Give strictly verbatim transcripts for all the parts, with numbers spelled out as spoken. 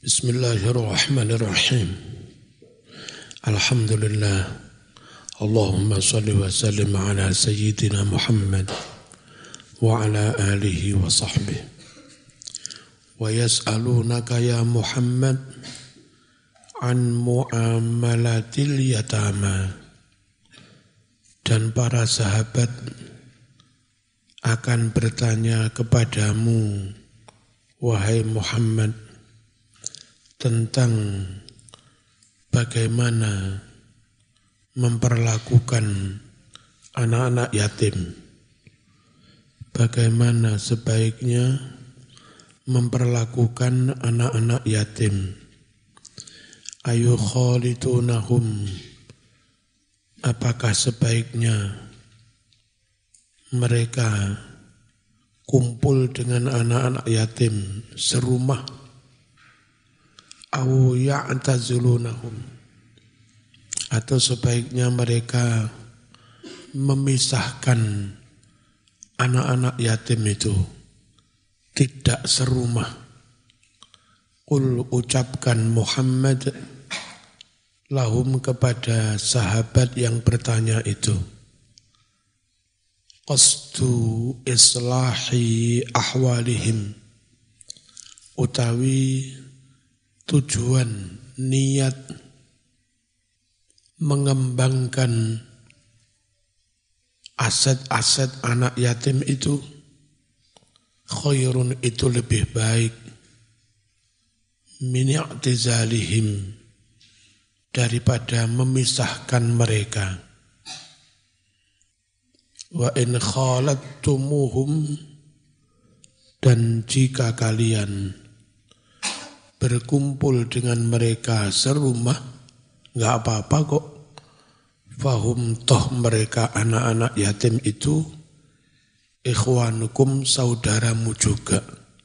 Bismillahirrahmanirrahim. Alhamdulillah. Allahumma salli wa sallim ala sayyidina Muhammad wa ala alihi wa sahbihi. Wa yas'alunaka ya Muhammad an muamalatil yatama. Dan para sahabat akan bertanya kepadamu, wahai Muhammad, tentang bagaimana memperlakukan anak-anak yatim. Bagaimana sebaiknya memperlakukan anak-anak yatim. Ayu khalitunahum, apakah sebaiknya mereka kumpul dengan anak-anak yatim serumah, au ya'tazilunahum, atau sebaiknya mereka memisahkan anak-anak yatim itu, tidak serumah. Qul, ucapkan Muhammad lahum, kepada sahabat yang bertanya itu, qasdu islahi ahwalihim, utawi tujuan niat mengembangkan aset-aset anak yatim itu, khairun, itu lebih baik, min i'tizalihim, daripada memisahkan mereka. Wa in khalattumuhum, dan jika kalian berkumpul dengan mereka serumah, enggak apa-apa kok. Fahum, toh mereka anak-anak yatim itu, ikhwanukum, saudaramu juga,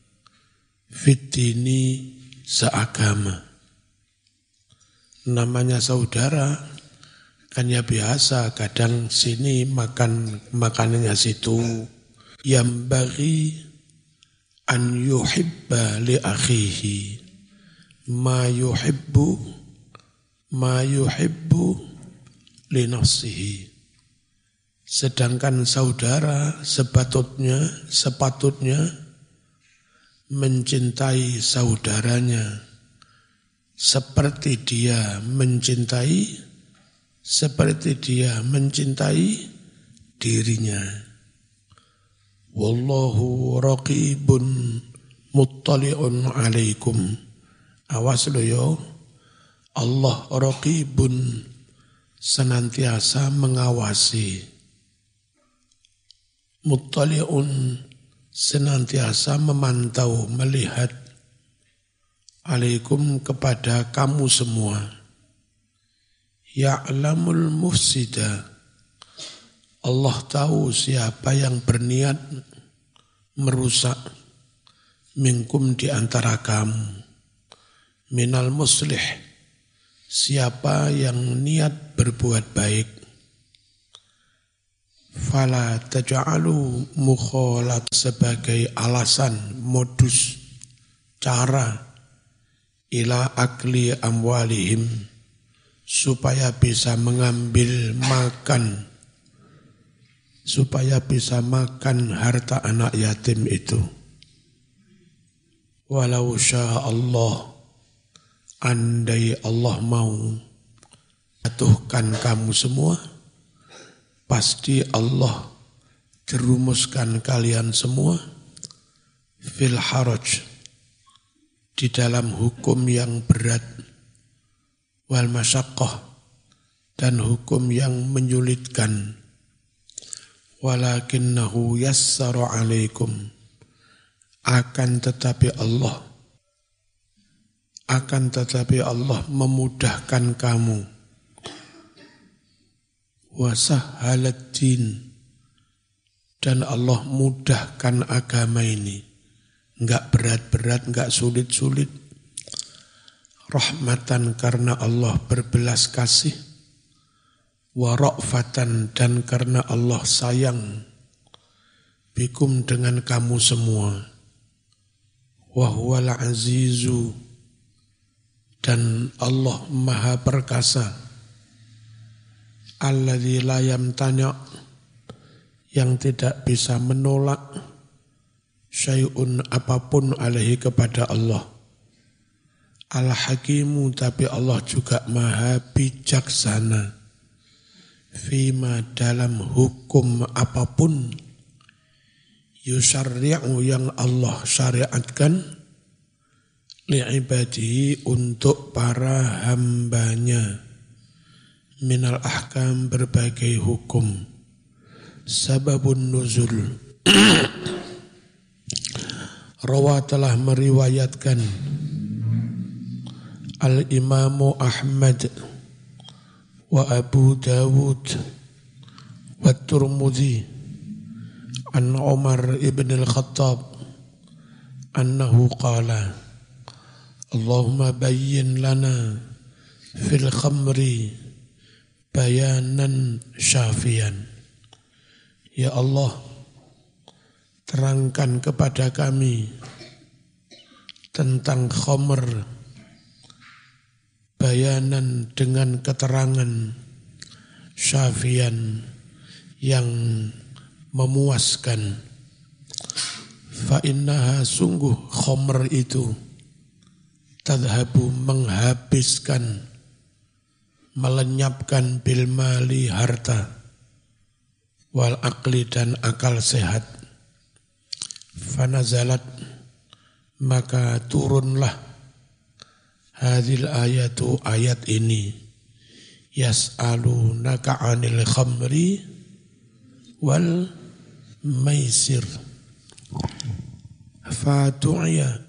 fitini, seagama. Namanya saudara kan ya biasa, kadang sini makan makanannya situ. Yambaghi an yuhibba li akhihi ma yuhibbu ma yuhibbu li nafsihi. Sedangkan saudara sepatutnya sepatutnya mencintai saudaranya seperti dia mencintai seperti dia mencintai dirinya. Wallahu raqibun muttali'un alaikum. Awas lo yo, Allah raqibun, senantiasa mengawasi. Muttali'un, senantiasa memantau, melihat. Alaikum, kepada kamu semua. Ya'lamul mufsida, Allah tahu siapa yang berniat merusak, minkum, di antara kamu. Minal muslih, siapa yang niat berbuat baik. Fala taj'alu mukhalat, sebagai alasan, modus, cara, ila akli amwalihim, supaya bisa mengambil makan, supaya bisa makan harta anak yatim itu. Walau sya Allah, andai Allah mau jatuhkan kamu semua, pasti Allah jerumuskan kalian semua fil haraj, di dalam hukum yang berat, wal masyaqqah, dan hukum yang menyulitkan. Walakinnahu yassara alaikum, akan tetapi Allah akan tetapi Allah memudahkan kamu. Wasahhaladdin, dan Allah mudahkan agama ini, enggak berat-berat, enggak sulit-sulit. Rahmatan, karena Allah berbelas kasih. Wa ra'fatan, dan karena Allah sayang. Bikum, dengan kamu semua. Wa huwal azizu, dan Allah Maha Perkasa, alladzi la yamtani', yang tidak bisa menolak syai'un apapun alaihi kepada Allah. Al-Hakimu, tapi Allah juga Maha bijaksana, fima dalam hukum apapun, yusyarri'u yang Allah syariatkan, li'ibadihi untuk para hambanya, minal ahkam berbagai hukum. Sababun nuzul Rawa telah meriwayatkan Al-Imamu Ahmad wa Abu Dawud wa Turmudzi an Umar ibn al-Khattab annahu qala Allahumma bayyin lana fil khamri bayanan syafian. Ya Allah, terangkan kepada kami tentang khamr bayanan dengan keterangan syafian yang memuaskan. Fa innaha, sungguh khamr itu tadhabu menghabiskan, melenyapkan bil mali harta, wal aqli dan akal sehat. Fanazalat, maka turunlah hadhil ayatu, ayat ini, yas'alunaka 'anil khamri wal maisir. Fatu'ya,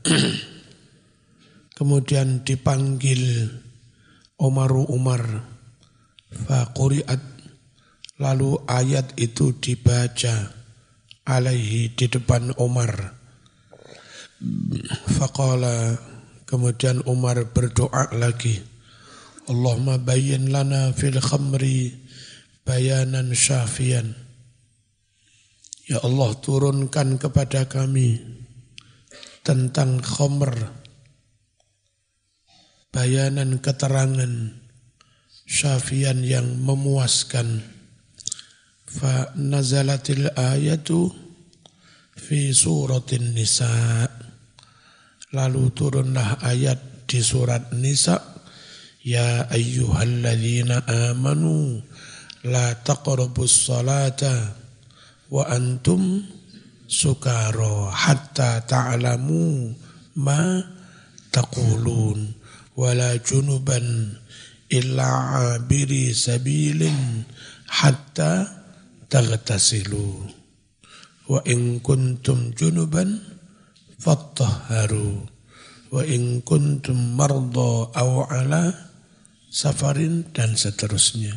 kemudian dipanggil Umaru Umar, faquri'at, lalu ayat itu dibaca alaihi di depan Umar. Faqala, kemudian Umar berdoa lagi, Allahumma bayyin lana fil khamri bayanan syafian. Ya Allah, turunkan kepada kami tentang khamr bayanan keterangan syafian yang memuaskan. Fa nazalatil ayatu fi suratin nisa, lalu turunlah ayat di surat Nisa, ya ayyuhalladzina amanu la taqrabus salata wa antum sukara hatta ta'lamu ma taqulun wala junuban illa abiri sabilin hatta taghtasilu wa in kuntum junuban fattahharu wa in kuntum marda aw ala safarin, dan seterusnya.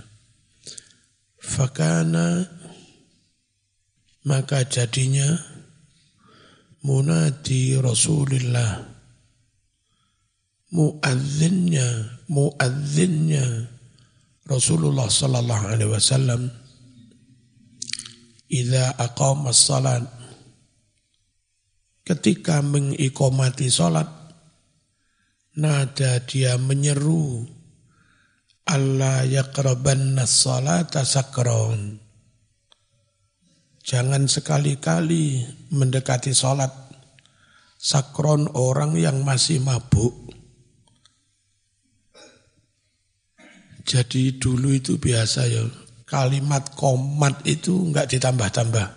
Fakana, maka jadinya munadi Rasulullah, muadzinnya muadzinnya Rasulullah sallallahu alaihi wasallam, idza aqamas salat, ketika mengiqamati salat, nada dia menyeru, alla yaqrabanna salata sakron, jangan sekali-kali mendekati salat sakron, orang yang masih mabuk. Jadi dulu itu biasa ya, kalimat qomat itu enggak ditambah-tambah.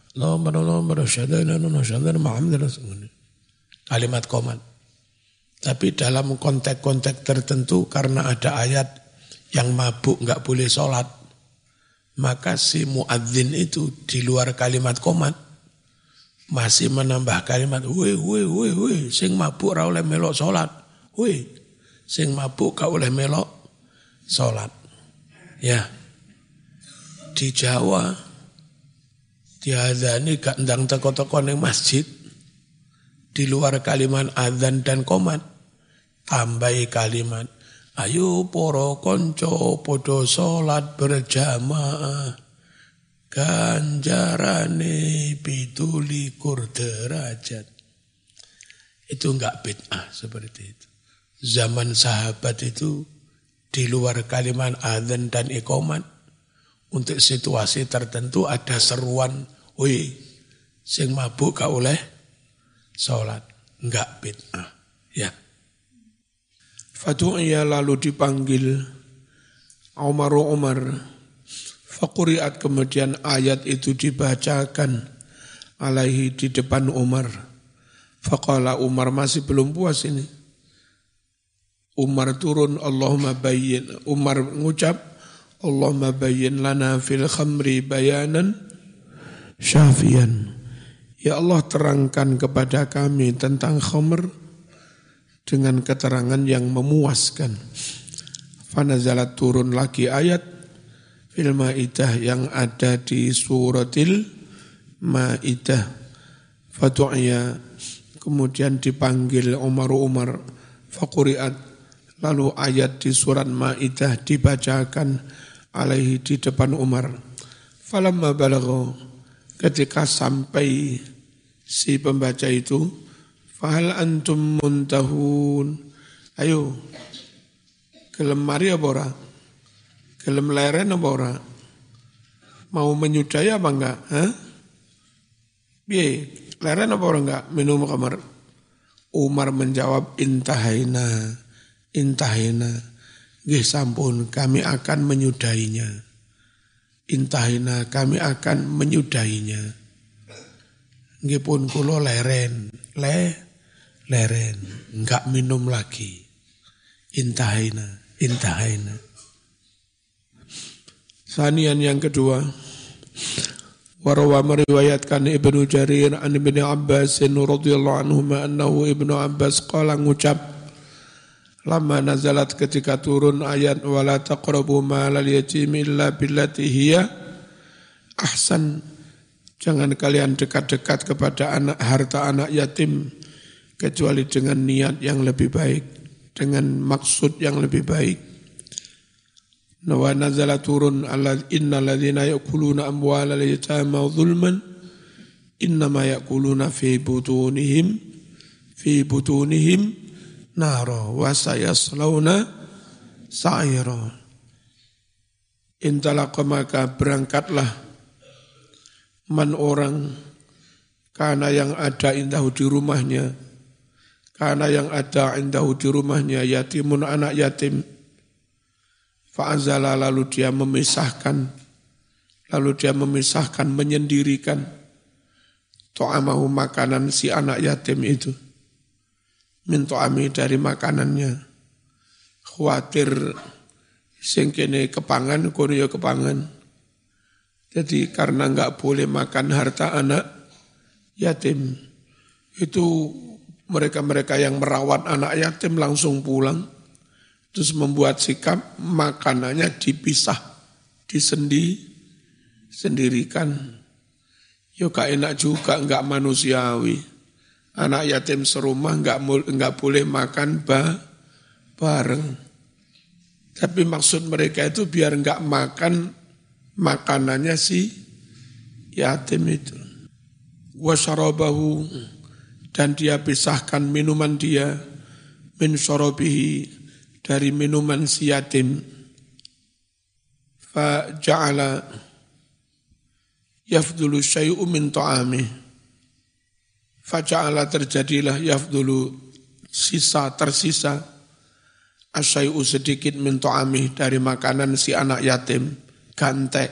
Kalimat qomat. Tapi dalam konteks-konteks tertentu, karena ada ayat yang mabuk enggak boleh sholat, maka si muadzin itu di luar kalimat qomat masih menambah kalimat, weh, weh, weh, weh, sing mabuk ra oleh melok sholat, weh, sing mabuk gak oleh melok sholat. Ya, di Jawa diadzani gak ndang teko-teko ning masjid, di luar kalimat adzan dan qomat tambahi kalimat, ayo para kanca padha salat berjamaah, ganjarane pitulikur derajat. Itu enggak bid'ah seperti itu. zaman sahabat itu di luar kalimat adzan dan iqamat untuk situasi tertentu ada seruan, "Woi, sing mabuk gak oleh salat." Enggak bid'ah, ya. Fatu'ya lalu dipanggil Umar Umar. Faquriat kemudian ayat itu dibacakan alaihi di depan Umar. Faqala Umar masih belum puas ini. Umar turun, Allahumma bayyin. Umar mengucap, Allahumma bayyin lana fil khamri bayanan syafian. Ya Allah terangkan kepada kami tentang khamr dengan keterangan yang memuaskan. Fanazalat turun lagi ayat fil Maidah yang ada di suratil Maidah. Fatu'ya kemudian dipanggil Umar Umar. Faquriat lalu ayat di surat Maidah dibacakan alaihi di depan Umar. Falamma balagha ketika sampai si pembaca itu, fahal antum muntahun. Ayo, gelem mari apa ora? Gelem leren apa ora? Mau menyudahi apa enggak? Hah? Piye? Leren apa ora enggak? Minum khamar. Umar menjawab, intahaina, intahaina. Nggih sampun, kami akan menyudahinya. Intahaina, kami akan menyudahinya. Nggih pun kula leren, le leren, enggak minum lagi. Intahaina, intahaina. Sanian yang kedua, warawa meriwayatkan Ibnu Jarir an Ibnu Abbas radhiyallahu anhu annahu Ibnu Abbas qala ngucap lama nazalat ketika turun ayat wala taqrabu malal yatim illa billati hiya ahsan, jangan kalian dekat-dekat kepada anak harta anak yatim kecuali dengan niat yang lebih baik, dengan maksud yang lebih baik. Wa nazala turun ala innal ladzina ya'kuluna amwalal yatama zulman innama ya'kuluna fi butunihim fi butunihim nara wa sayaslawna sa'ira. Intalaqa maka berangkatlah man orang karena yang ada indahu di rumahnya, karena yang ada indahu di rumahnya yatimun anak yatim. Fa'azala lalu dia memisahkan, lalu dia memisahkan, menyendirikan to'amahu makanan si anak yatim itu. Min to'ami dari makanannya. Khawatir sing kene kepangan, kono ya kepangan. Jadi karena enggak boleh makan harta anak yatim, itu mereka-mereka yang merawat anak yatim langsung pulang. Terus membuat sikap makanannya dipisah, disendi, sendirikan. Ya gak enak juga, enggak manusiawi. Anak yatim serumah enggak, enggak boleh makan ba, bareng. Tapi maksud mereka itu biar enggak makan makanannya si yatim itu. Wasyarabahu, dan dia pisahkan minuman dia, min syarabihi, dari minuman si yatim. Fa ja'ala yafdulu syai'u min ta'amih. Fa ja'ala terjadilah yafdulu sisa tersisa asyai'u sedikit min ta'amih dari makanan si anak yatim. Gantek.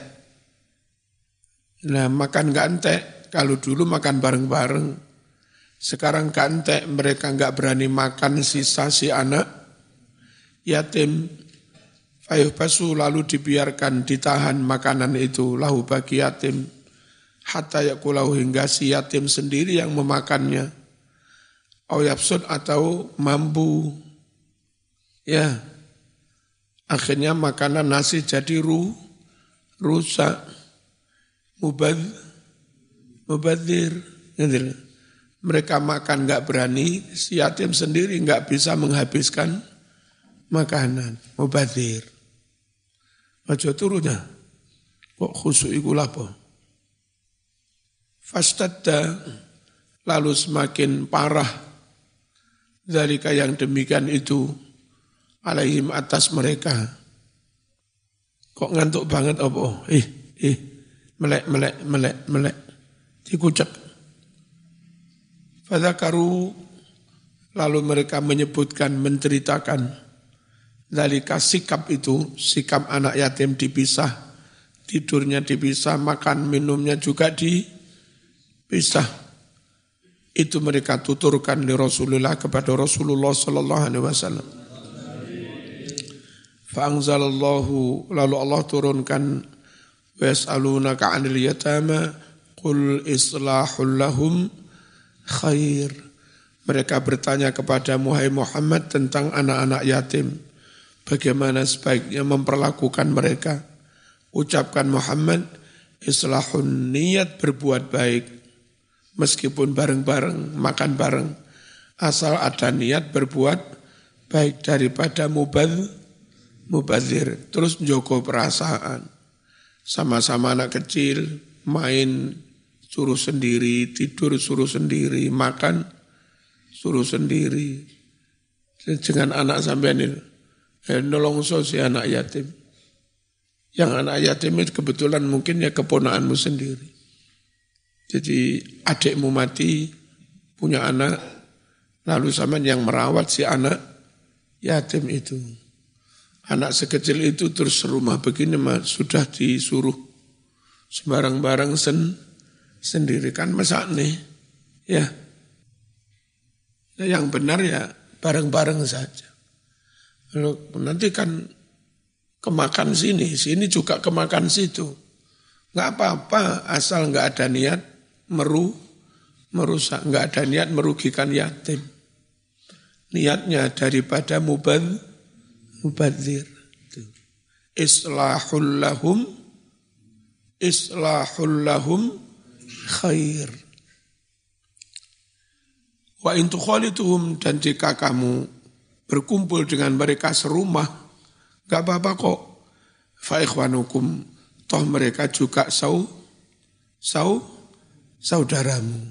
Nah makan gantek, kalau dulu makan bareng-bareng. Sekarang gantek, mereka enggak berani makan sisa si anak yatim. Fayuhbasu lalu dibiarkan, ditahan makanan itu lahu bagi yatim hatta yakulahu hingga si yatim sendiri yang memakannya. Au yafsud atau mampu. Ya. Akhirnya makanan nasi jadi ru, rusak. Mubad, mubadzir. Mereka makan enggak berani, si yatim sendiri enggak bisa menghabiskan makanan, mubadzir. Aja turunya. Kok khusuk iku lapo? Fastadda lalu semakin parah Zalika yang demikian itu alaihim atas mereka. Kok ngantuk banget apa? Eh, eh, melek, melek, melek, melek. Dikucek. Fadzakaru, lalu mereka menyebutkan, menceritakan. Zalika sikap itu, sikap anak yatim dipisah. Tidurnya dipisah, makan minumnya juga dipisah. Itu mereka tuturkan di Rasulullah kepada Rasulullah sallallahu alaihi wasallam. Fa'anzalallahu, lalu Allah turunkan wa yas'alunaka 'anil yatama qul islahul lahum khair. Mereka bertanya kepada Muhammad tentang anak-anak yatim. Bagaimana sebaiknya memperlakukan mereka. Ucapkan Muhammad, islahun, niat berbuat baik. Meskipun bareng-bareng, makan bareng. Asal ada niat berbuat baik daripada mubal, mubazir. Terus menjaga perasaan. Sama-sama anak kecil, main suruh sendiri, tidur suruh sendiri, makan suruh sendiri. Dengan anak sampean ini, eh, nolongso si anak yatim. Yang anak yatim itu kebetulan mungkin ya keponakanmu sendiri. Jadi adikmu mati, punya anak, lalu sampean yang merawat si anak yatim itu. Anak sekecil itu terus rumah begini mas, sudah disuruh sembarang-barang sen, sendiri kan masak nih, ya. Nah, yang benar ya bareng-bareng saja. Lalu nanti kan kemakan sini, sini juga kemakan situ. Nggak apa-apa asal nggak ada niat meru, merusak, nggak ada niat merugikan yatim. Niatnya daripada mubad, mubadzir. Islahul lahum, islahul lahum khair. Wa in tukhalituhum, dan jika kamu berkumpul dengan mereka serumah, enggak apa-apa kok. Fa ikhwanukum, toh mereka juga sau sau saudaramu.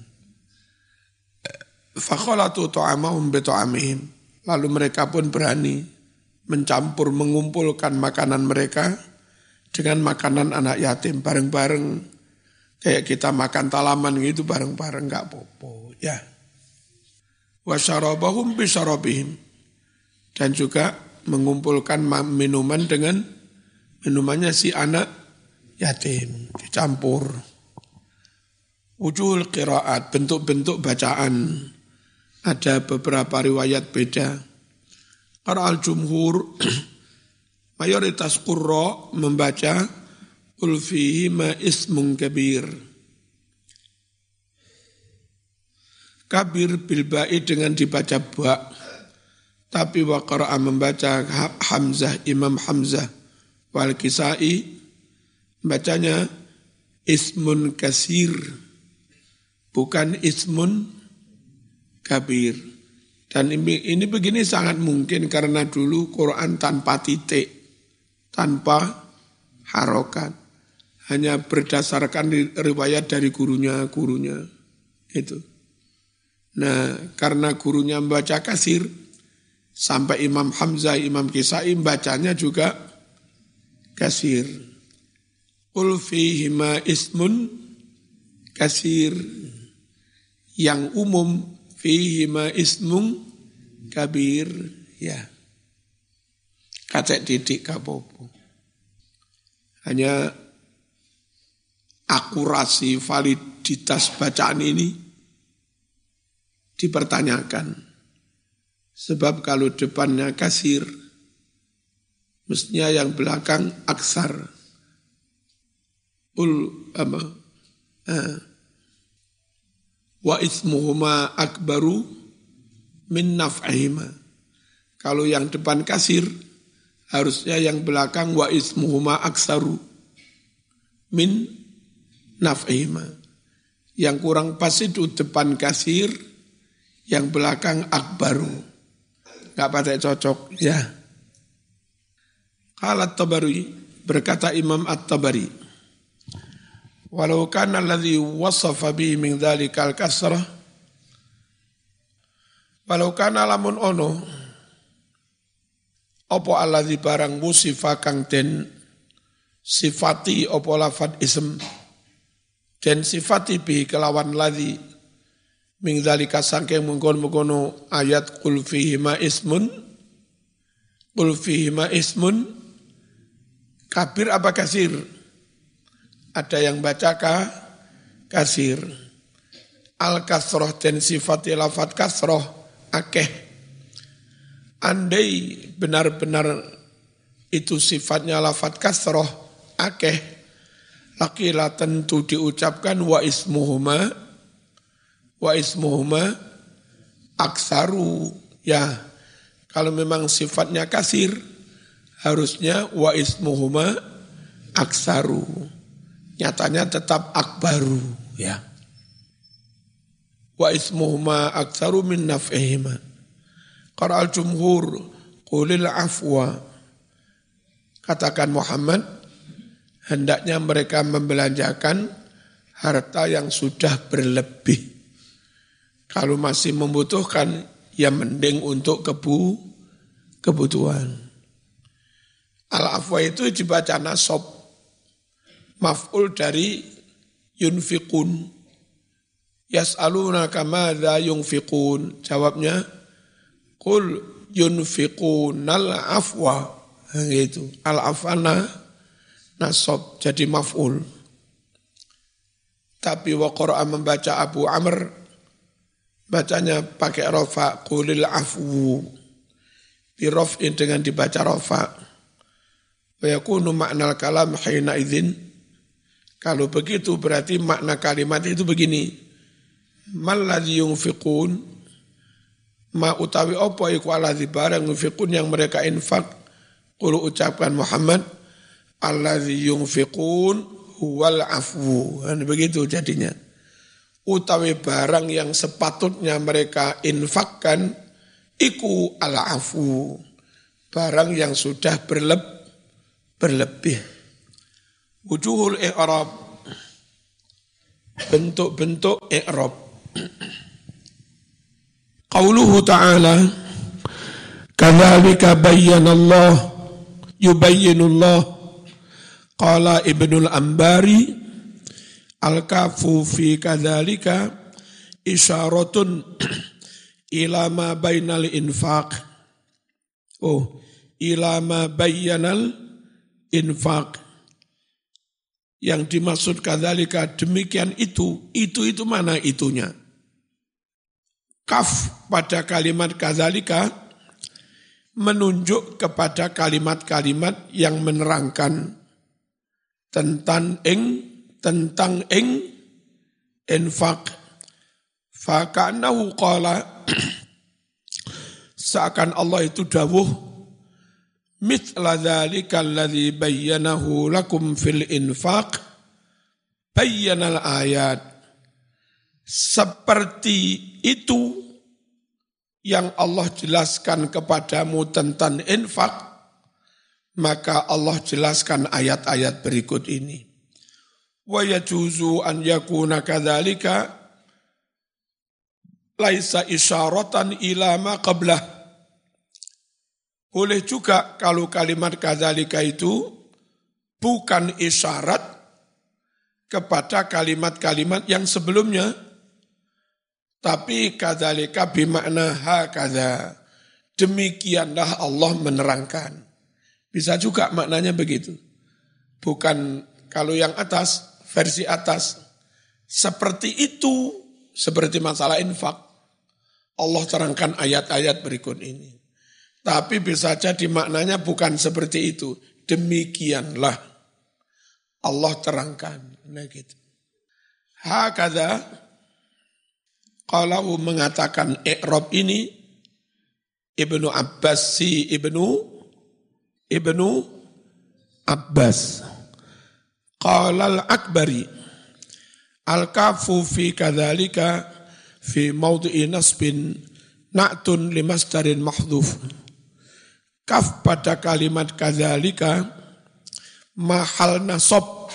Fa khalatu ta'amahum bi ta'amihim, lalu mereka pun berani mencampur, mengumpulkan makanan mereka dengan makanan anak yatim bareng-bareng. Kayak kita makan talaman gitu bareng-bareng, enggak apa-apa, ya. Wa syarabahum bi syarabihim, dan juga mengumpulkan minuman dengan minumannya si anak yatim, dicampur. Wujuhul qiraat, bentuk-bentuk bacaan. Ada beberapa riwayat beda. Qara'al jumhur, mayoritas qurra membaca qul fihi ma ismun kabir. Kabir bilba'i dengan dibaca ba. Tapi wa qara'a membaca Hamzah, Imam Hamzah wal Kisai, bacanya ismun kasir, bukan ismun kabir. Dan ini, ini begini sangat mungkin karena dulu Quran tanpa titik, tanpa harokat, hanya berdasarkan riwayat dari gurunya-gurunya itu. Nah, karena gurunya membaca kasir, sampai Imam Hamzah, Imam Kisai bacanya juga kasir. Qul fihi ma ismun kasir, yang umum fihi ma ismun kabir, ya. Kacek didik kapopo. Hanya akurasi validitas bacaan ini dipertanyakan. Sebab kalau depannya kasir, mestinya yang belakang aksar. Ul apa? Eh, wa ismuhuma akbaru min naf'ihima. Kalau yang depan kasir, harusnya yang belakang wa ismuhuma aksaru min naf'ihima. Yang kurang pas itu depan kasir, yang belakang akbaru. Enggak pada cocok, ya. Qala At-Tabari, berkata Imam At-Tabari, walau kana alladhi wasafa bihi min dhalikal kasrah, Walau kana lamun ono apa alladzi barang musifa kang den sifati apa lafad ism den sifati bi kelawan ladzi ming dzalika sangking mengkon-mengkono ayat qul fihi ma ismun qul fihi ma ismun kabir apa kasir? Ada yang baca ka kasir. Al kasroh den sifati lafad kasroh akeh. Andai benar-benar itu sifatnya lafad kasroh akeh, lakila tentu diucapkan wa ismuhuma wa ismuhuma aksaru. Ya, kalau memang sifatnya kasir harusnya wa ismuhuma aksaru. Nyatanya tetap akbaru, ya. Wa ismuhuma aksaru min naf'ihima. Qara'al jumhur qulil afwa. Katakan Muhammad, hendaknya mereka membelanjakan harta yang sudah berlebih. Kalau masih membutuhkan, ya mending untuk kebu kebutuhan. Al-afwa itu dibaca nasab, maf'ul dari yunfiqun. Yas'alunaka madza yunfiqun. Jawabnya, qul yunfiqunal afwa. Gitu. Al-afana nasab jadi maf'ul. Tapi wa Qur'an membaca Abu Amr, bacanya pakai rafa, qulil afwu. Bi raf'in dengan dibaca rafa. Wa yakunu ma'nal kalam hina idzin. Kalau begitu berarti makna kalimat itu begini. Mal ladzi yunfiqun, ma utawi apa iku alladzi barang yunfiqun yang mereka infak. Qul ucapkan Muhammad, alladzi yunfiqun huwal afwu. Dan begitu jadinya. Utawi barang yang sepatutnya mereka infakkan iku al-afwu. Barang yang sudah berleb, berlebih. Wujuhul i'rab. Bentuk-bentuk i'rab. Qauluhu ta'ala kadzalika bayyanallah yubayyinullah qala Ibnul Ambari al-kafu fi kadzalika isyaratun ila ma bainal infaq. Oh, ila ma bayyanal infaq. Yang dimaksud kadzalika demikian itu, itu itu mana itunya? Kaf pada kalimat kadzalika menunjuk kepada kalimat-kalimat yang menerangkan tentang ing tentang ing infaq. Fakanahu qala seakan Allah itu dawuh mithla dzalika alladzi bayyanahu lakum fil infaq bayyanal ayat. Seperti itu yang Allah jelaskan kepadamu tentang infak, maka Allah jelaskan ayat-ayat berikut ini. Wa yajuzu an yakuna kadzalika laisa isyaratan ila ma qablah. Boleh juga kalau kalimat kadzalika itu bukan isyarat kepada kalimat-kalimat yang sebelumnya. Tapi kadzalika bimakna hakadza. Demikianlah Allah menerangkan. Bisa juga maknanya begitu. Bukan kalau yang atas, versi atas. Seperti itu, seperti masalah infak. Allah terangkan ayat-ayat berikut ini. Tapi bisa jadi maknanya bukan seperti itu. Demikianlah Allah terangkan. Nah gitu. Hakadza. Kalau mengatakan i'rab ini Ibnu Abbas si Ibnu Ibnu Abbas. Qala al-Akbari al-kafu fi kadzalika fi mawdi'i nasbin na'tun limasdarin mahdhuf. Kaf pada kalimat kadzalika mahal nasab,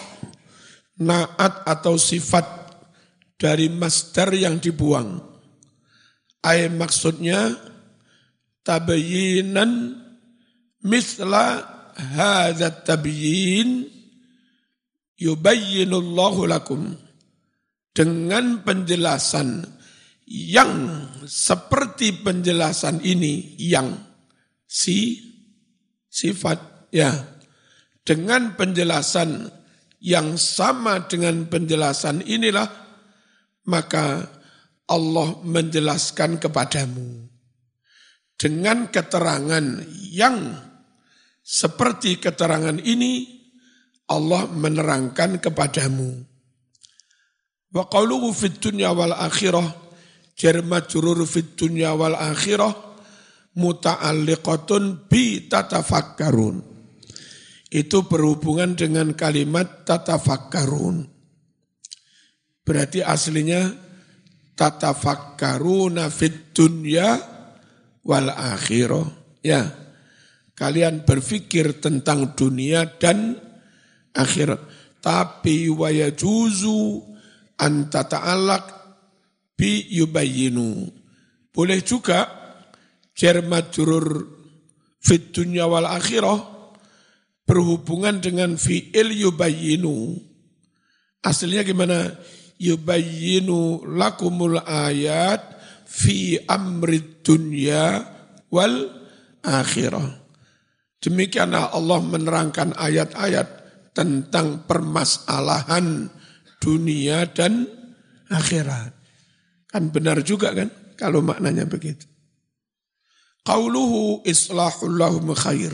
naat atau sifat dari masdar yang dibuang. Ay maksudnya tabayyinan misla hadza tabyin yubayyinullahu lakum, dengan penjelasan yang seperti penjelasan ini, yang si sifat ya, dengan penjelasan yang sama dengan penjelasan inilah maka Allah menjelaskan kepadamu dengan keterangan yang seperti keterangan ini, Allah menerangkan kepadamu. Wa qawluhu fid dunya wal akhirah jar majrur fid dunya wal akhirah muta'alliqatun bi tatafakkarun. Itu berhubungan dengan kalimat tatafakkarun. Berarti aslinya tatafakkaruna fid dunya wal akhirah. Ya, kalian berpikir tentang dunia dan akhirat. Tapi wa yajuzu an tata'allaq bi yubayyinu. Boleh juga jar majrur fid dunya wal akhirah berhubungan dengan fi'il yubayyinu. Aslinya gimana? Yubayyinu lakumul ayat fi amrid dunya wal akhirah. Demikianlah Allah menerangkan ayat-ayat tentang permasalahan dunia dan akhirat. Kan benar juga kan kalau maknanya begitu. Qauluhu islahul lahum khair.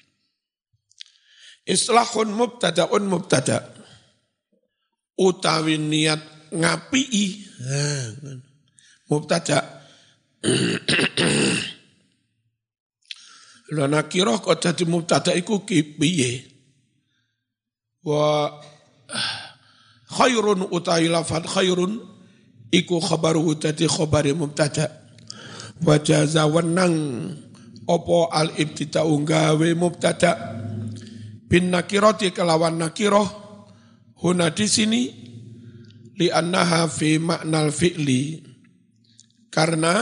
Islahun mubtada'un mubtada'. Utawi niat ngapi'i. Mubtada'. Lah nakirah kok dadi mubtada' iku piye? Wa khairun utawi lafad khairun iku khabaru dadi khabari mubtada'. Wa jaza wenang apa al ibtida'u gawe mubtada' bin nakirati kelawan nakirah huna di sini li annaha fi maknal fi'li, karena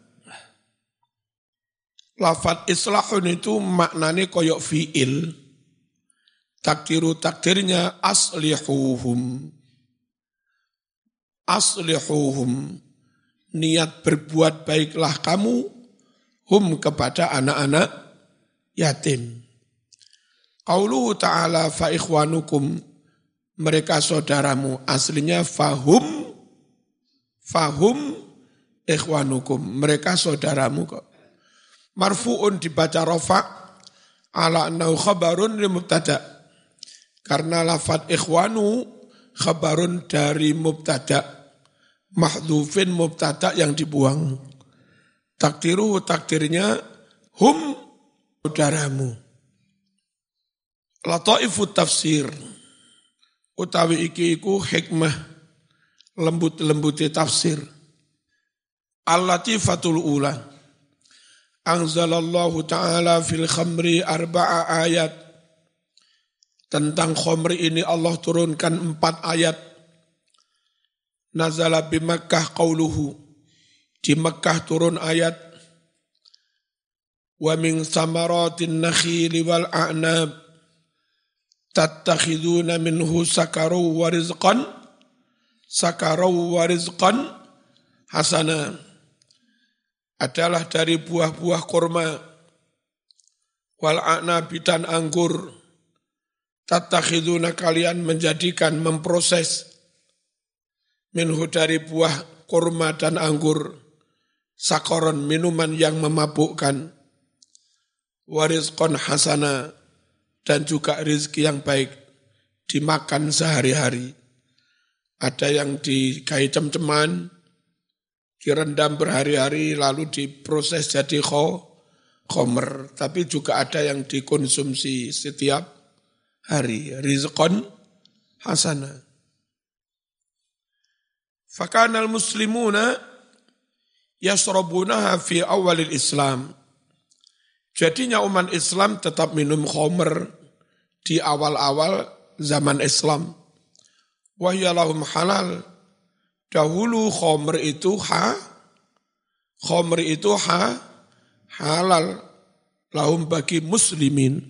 lafad islahun itu maknanya koyok fi'il. Takdiru takdirnya aslihuhum. Aslihuhum. Niat berbuat baiklah kamu hum kepada anak-anak yatim. Qauluhu ta'ala fa ikhwanukum, mereka saudaramu. Aslinya fahum fahum ikhwanukum, mereka saudaramu kok. Marfu'un dibaca rafa' ala annahu khabarun li mubtada'. Karena lafad ikhwanu khabarun dari mubtada', mahdhufin mubtada' yang dibuang. Takdiruhu takdirnya hum saudaramu. Lataifu tafsir utawi iki iku hikmah lembut-lembuti tafsir. Al-latifatul ula anzalallahu ta'ala fil khamri arba'a ayat. Tentang khamri ini Allah turunkan empat ayat. Nazala bi Makkah qauluhu, di Makkah turun ayat wa min samaratin nakhili wal a'nab tattakhiduna minhu sakaru wa rizqan sakaru wa rizqan hasana, adalah dari buah-buah kurma wal a'nabi dan anggur. Tattakhiduna kalian menjadikan, memproses minhu dari buah kurma dan anggur sakaron minuman yang memabukkan, wa rizqan hasana dan juga rezeki yang baik dimakan sehari-hari. Ada yang dikai cem-ceman, direndam berhari-hari lalu diproses jadi khomer. Tapi juga ada yang dikonsumsi setiap hari. Rizqan hasana. Fakanal muslimuna yasrabunaha fi awalil Islam. Jadinya umat Islam tetap minum khomer di awal-awal zaman Islam. Wahya lahum halal. Dahulu khomer itu ha, Khamr itu ha, halal lahum bagi muslimin.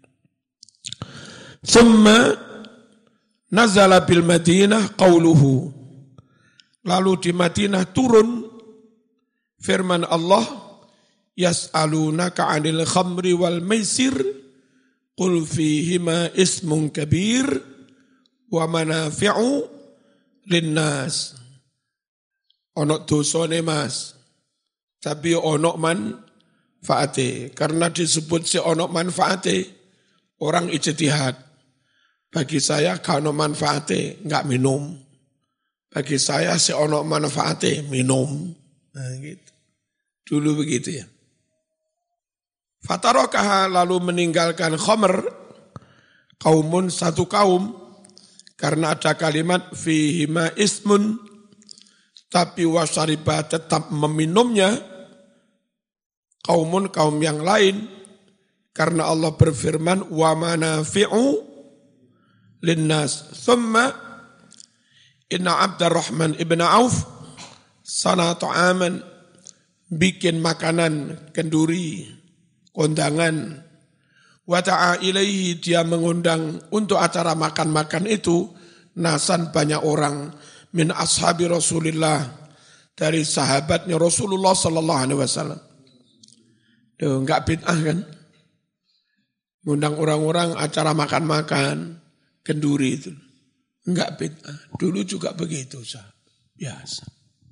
Thumma nazala bil Madinah qauluhu. Lalu di Madinah turun firman Allah, yas'alunaka 'anil khamri wal maisir qul fihima ismun kabir wa manafi'u linnas. Ono dosane Mas, tapi ono manfaate. Karena disebut si ono manfaate, orang ijtihad. Bagi saya kalau manfaate enggak minum. Bagi saya si ono manfaate minum. Nah gitu. Dulu begitu ya. Fatarakaha lalu meninggalkan khamr kaumun satu kaum karena ada kalimat fihima ismun, tapi wasariba tetap meminumnya kaumun kaum yang lain karena Allah berfirman wa manafi'u linnas. Thumma inna Abdurrahman ibn Auf sana ta'aman, bikin makanan kenduri, kondangan. Wa ta'a ilaihi, dia mengundang untuk acara makan-makan itu nasan banyak orang min ashabi Rasulillah, dari sahabatnya Rasulullah sallallahu alaihi wasallam. Tuh enggak bid'ah kan? Ngundang orang-orang acara makan-makan kenduri itu. Enggak bid'ah. Dulu juga begitu, sah. Biasa.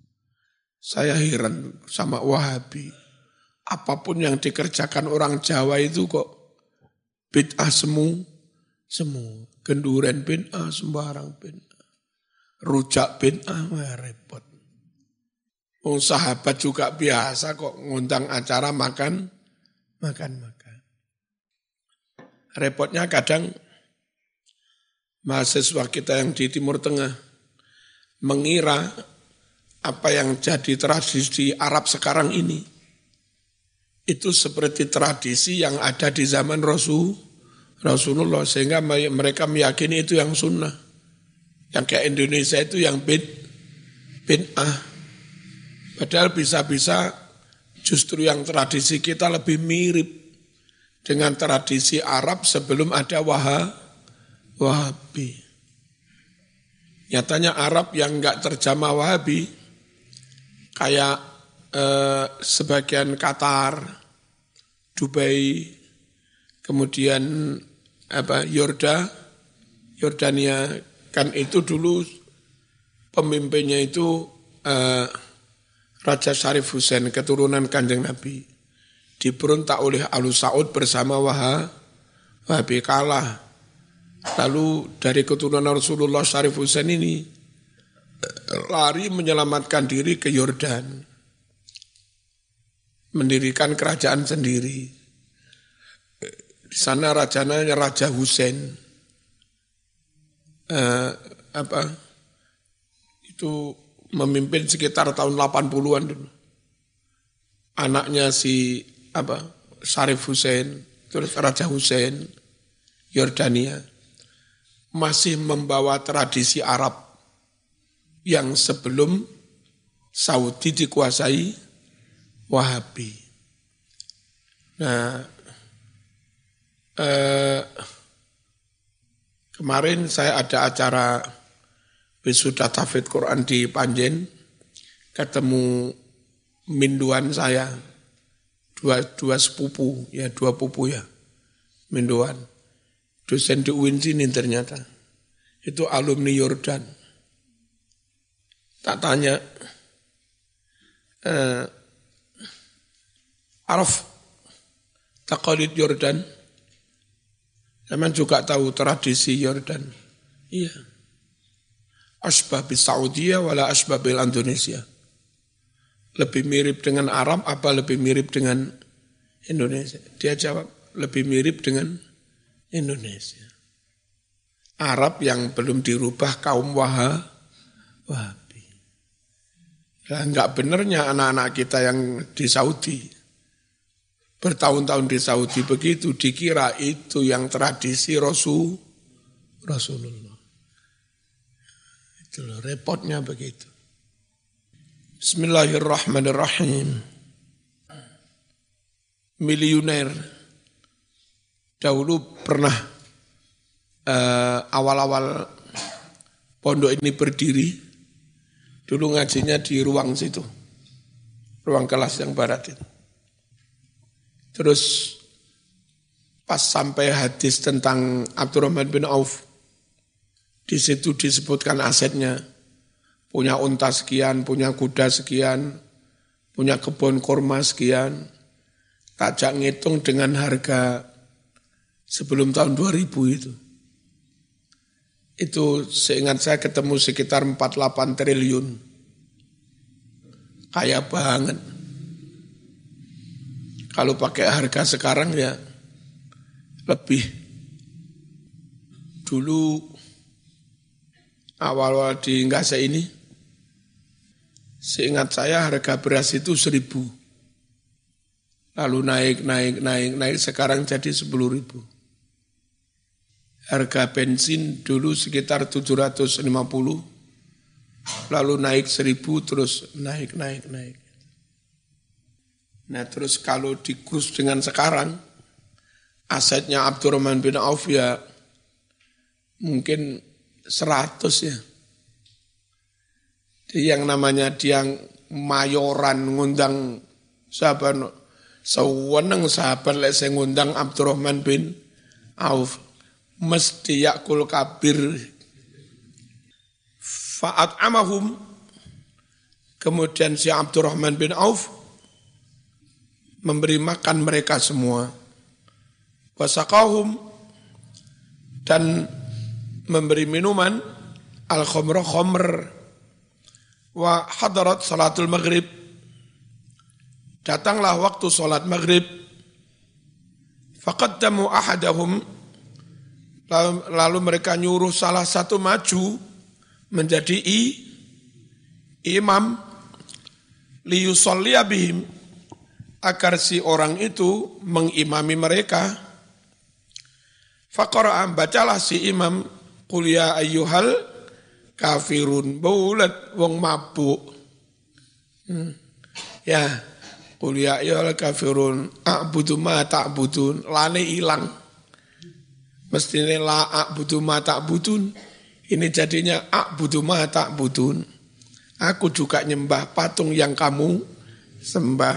Saya heran sama Wahabi. Apapun yang dikerjakan orang Jawa itu kok bid'ah semu, semu. Kenduren bid'ah, sembarang bid'ah. Rujak bid'ah, wah repot. Oh, sahabat juga biasa kok ngundang acara makan, makan-makan. Repotnya kadang mahasiswa kita yang di Timur Tengah mengira apa yang jadi tradisi Arab sekarang ini itu seperti tradisi yang ada di zaman Rasul, Rasulullah, sehingga mereka meyakini itu yang sunnah. Yang kayak Indonesia itu yang bid, bid'ah. Padahal bisa-bisa justru yang tradisi kita lebih mirip dengan tradisi Arab sebelum ada Wahha, Wahabi. Nyatanya Arab yang enggak terjamah Wahabi, kayak eh, sebagian Qatar, Dubai, kemudian apa Yorda, Yordania, kan itu dulu pemimpinnya itu eh, Raja Syarif Hussein, keturunan Kanjeng Nabi. Diberontak oleh Alu Saud bersama Wahha, Wahabi, kalah. Lalu dari keturunan Rasulullah Syarif Hussein ini lari menyelamatkan diri ke Yordan, mendirikan kerajaan sendiri. Di sana rajanya Raja Hussein. Uh, apa itu memimpin sekitar tahun delapan puluhan dulu. Anaknya si apa Syarif Hussein, terus Raja Hussein, Yordania, masih membawa tradisi Arab yang sebelum Saudi dikuasai Wahabi. Nah, eh, kemarin saya ada acara wisuda tahfidz Quran di Panjen, ketemu minduan saya, dua, dua sepupu, ya dua pupu ya, minduan, dosen di U I N sini ternyata, itu alumni Yordan. Tak tanya, eh, Araf, taqalid Yordan, zaman juga tahu tradisi Yordan. Iya. Asbah bis Saudiyah wala asbah bil Indonesia. Lebih mirip dengan Arab apa lebih mirip dengan Indonesia? Dia jawab, lebih mirip dengan Indonesia. Arab yang belum dirubah kaum Wahha, Wahabi. Nah, enggak benernya anak-anak kita yang di Saudi, bertahun-tahun di Saudi begitu, dikira itu yang tradisi Rasul, Rasulullah. Itu loh, repotnya begitu. Bismillahirrahmanirrahim. miliuner. Dahulu pernah uh, awal-awal pondok ini berdiri, dulu ngajinya di ruang situ, ruang kelas yang barat itu. Terus pas sampai hadis tentang Abdurrahman bin Auf, di situ disebutkan asetnya, punya unta sekian, punya kuda sekian, punya kebun kurma sekian, takjak ngitung dengan harga sebelum tahun dua ribu itu. Itu seingat saya ketemu sekitar empat puluh delapan triliun. Kaya banget. Kalau pakai harga sekarang ya lebih. Dulu awal-awal di Ngase ini, seingat saya harga beras itu seribu. Lalu naik, naik, naik, naik, sekarang jadi sepuluh ribu. Harga bensin dulu sekitar tujuh ratus lima puluh, lalu naik seribu, terus naik, naik, naik. Nah terus kalau dikurus dengan sekarang, asetnya Abdurrahman bin Auf ya mungkin seratus ya. Jadi yang namanya dia mayoran ngundang sahabat, sewenang sahabat lek saya ngundang Abdurrahman bin Auf, mesti yakul kabir. Fa'at amahum, kemudian si Abdurrahman bin Auf memberi makan mereka semua. Wasaqahum, dan memberi minuman al-khomra khomr. Wa hadarat salatul maghrib, datanglah waktu salat maghrib. Faqaddamu ahadahum, lalu mereka nyuruh salah satu maju menjadi i, imam, liyusolliya bihim, agar si orang itu mengimami mereka. Faqara'a, bacalah si imam, qul ya ayyuhal kafirun, bulat wong mabuk. Hmm. Ya, qul ya ayyuhal kafirun, a'budu ma ta'budun, lane ilang. Mestinya la a'budu ma ta'budun, ini jadinya a'budu ma ta'budun. Aku juga nyembah patung yang kamu sembah.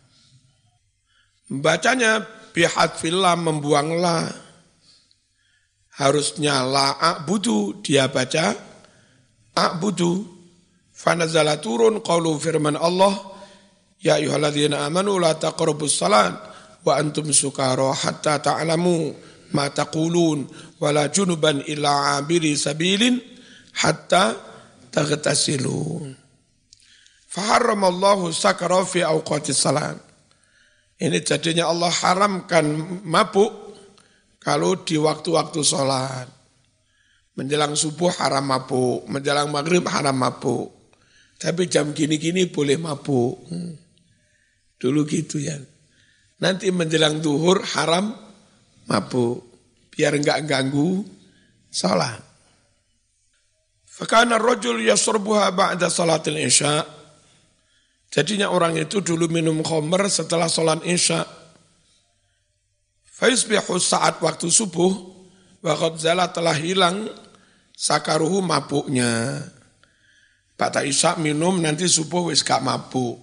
Bacanya bihadfil lam, membuang la. Harusnya la a'budu, dia baca a'budu. Fanazala turun qaulu firman Allah, ya ayyuhalladzina amanu la taqrabus salat wa antum sukara hatta ta'lamu ma taqulun wala junuban illa abiri sabilin hatta taghtasilu. Faharramallahu sakara fi awqatis salat. Ini jadinya Allah haramkan mabuk kalau di waktu-waktu sholat. Menjelang subuh haram mabuk, menjelang maghrib haram mabuk. Tapi jam gini-gini boleh mabuk. Hmm. Dulu gitu ya. Nanti menjelang duhur haram mabuk, biar enggak ganggu sholat. Fakana rajul yasrubuha ba'da salatil isya. Jadinya orang itu dulu minum khamr setelah sholat isya. Faisbihu, saat waktu subuh, wa qad zala, telah hilang sakaruhu, mabuknya. Ba'da isya minum, nanti subuh wis gak mabuk.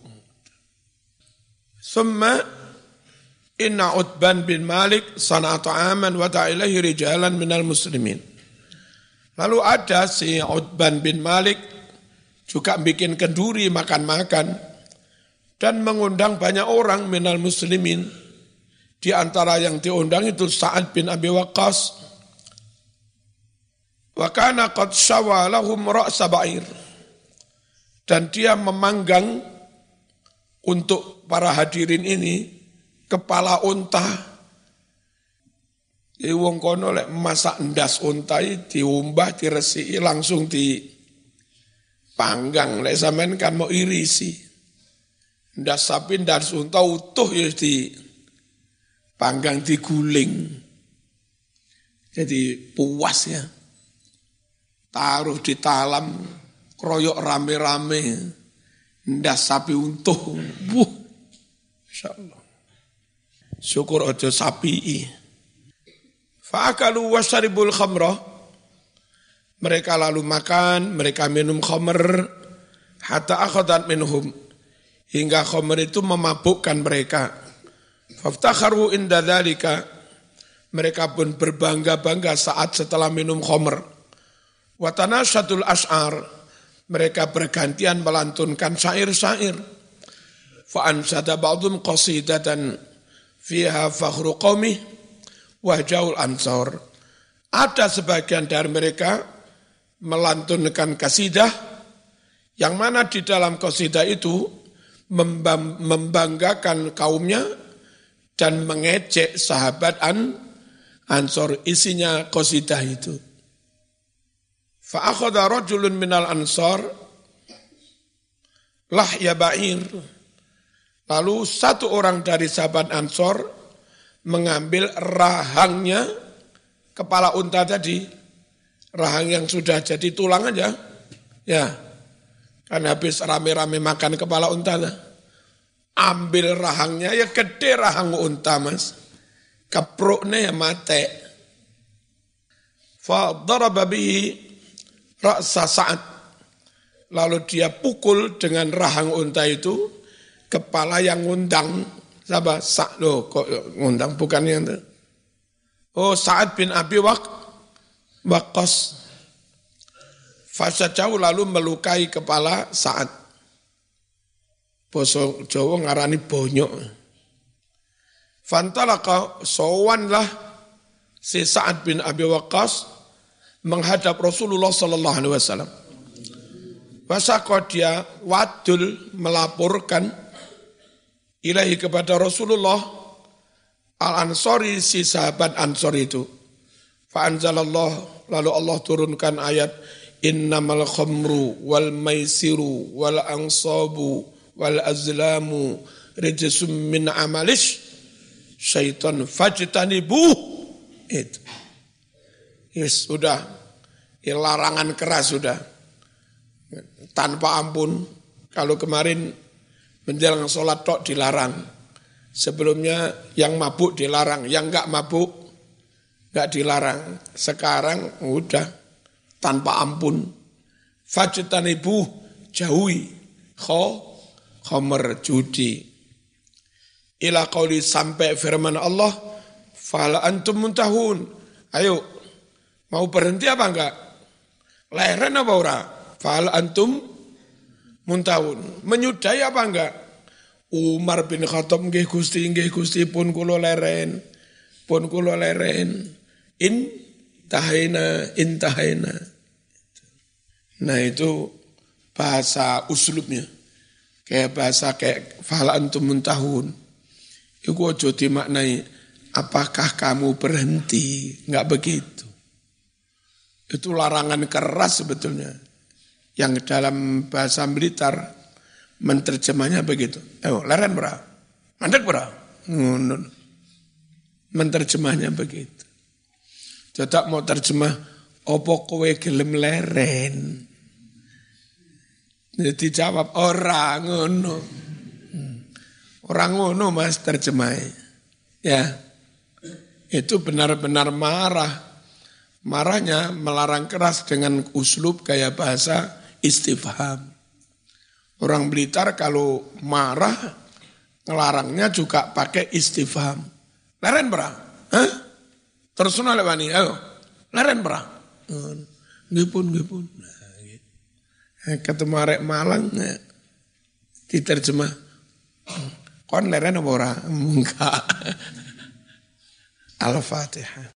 Summa inna Utban bin Malik sana'a ta'aman wa ta'ilahi rijalan minal muslimin. Lalu ada si Utban bin Malik juga bikin kenduri makan-makan dan mengundang banyak orang minal muslimin. Di antara yang diundang itu Sa'ad bin Abi Waqqas. Wa kana qad syawalahum ra'sa ba'ir. Dan dia memanggang untuk para hadirin ini kepala unta. Jadi wong kono lek masak ndas unta diumbah, diresiki, langsung dipanggang. Lek sampean kan mau irisi. Ndas sapi, ndas unta utuh ya dipanggang, diguling. Jadi puas ya. Taruh di talam, kroyok rame-rame. Ndas sapi utuh. Wuh, insyaallah. Syukur ojo sapi. Fa'akalu washaribul khamrah. Mereka lalu makan, mereka minum khamr. Hatta akhadat minhum. Hingga khamr itu memabukkan mereka. Faftakharu inda dhalika. Mereka pun berbangga-bangga saat setelah minum khamr. Watanasyatul ash'ar. Mereka bergantian melantunkan syair-syair. Fa'ansada ba'dhum qasidatan fiha fakhru qaumih wahjaul ansar. Ada sebagian dari mereka melantunkan kasidah yang mana di dalam kasidah itu membanggakan kaumnya dan mengejek sahabat an Ansor. Isinya kasidah itu. Fa akhadha rajulun minal ansar lahya ba'ir. Lalu satu orang dari sahabat Ansor mengambil rahangnya kepala unta tadi, rahang yang sudah jadi tulang aja, ya, kan habis rame-rame makan kepala unta, ambil rahangnya, ya gede rahang unta mas, kepruknya ya mate. Fa daraba bihi ra'sa Sa'ad, lalu dia pukul dengan rahang unta itu kepala yang ngundang, siapa? Sa' loh, kok ngundang bukan yang itu. Oh, Sa'ad bin Abi Waq, Waqqas. Fasajau lalu melukai kepala Sa'ad. Basa Jawa ngarani bonyok. Fantalaka sowanlah si Sa'ad bin Abi Waqqas menghadap Rasulullah sallallahu alaihi wasallam. Wasaqo dia wadul melaporkan ilahi kepada Rasulullah al-Ansari, si sahabat Ansor itu. Fa'anzalallah, lalu Allah turunkan ayat innamal khamru wal maisiru wal ansabu wal azlamu rijsum min amalish syaitan fajtanibuh. Itu. Yes, sudah. Ya, larangan keras sudah. Tanpa ampun. Kalau kemarin menjelang sholat tok dilarang. Sebelumnya yang mabuk dilarang, yang enggak mabuk enggak dilarang. Sekarang udah tanpa ampun. Fajtanibu, jauhi kho khamr judi. Ila qauli, sampai firman Allah, fala antum muntahun. Ayo, mau berhenti apa enggak? Leren apa ora? Fala antum muntahun. Menyudahi apa enggak? Umar bin Khattab nggih Gusti, nggih Gusti, pun kula leren. Pun kula leren. In tahina, in tahina. Nah itu bahasa uslubnya. Kayak bahasa kayak fala antum muntahun. Iku aja dimaknai apakah kamu berhenti? Enggak begitu. Itu larangan keras sebetulnya. Yang dalam bahasa militer menterjemahnya begitu. Eh, leren bra, mandek bra. Menterjemahnya begitu. Tidak mau terjemah, opo kowe gelem leren. Jadi jawab orang ngono. Orang ngono mas terjemahnya. Ya, itu benar-benar marah. Marahnya melarang keras dengan uslub gaya bahasa istifham. Orang Blitar kalau marah, ngelarangnya juga pakai istifham. Leren bra? Hah? Terus nolak wani, ayo. Leren bra? Nggih pun, nggih pun. Ketemu arek Malang, diterjemah. Kon leren apa ora? Enggak. Al-Fatihah.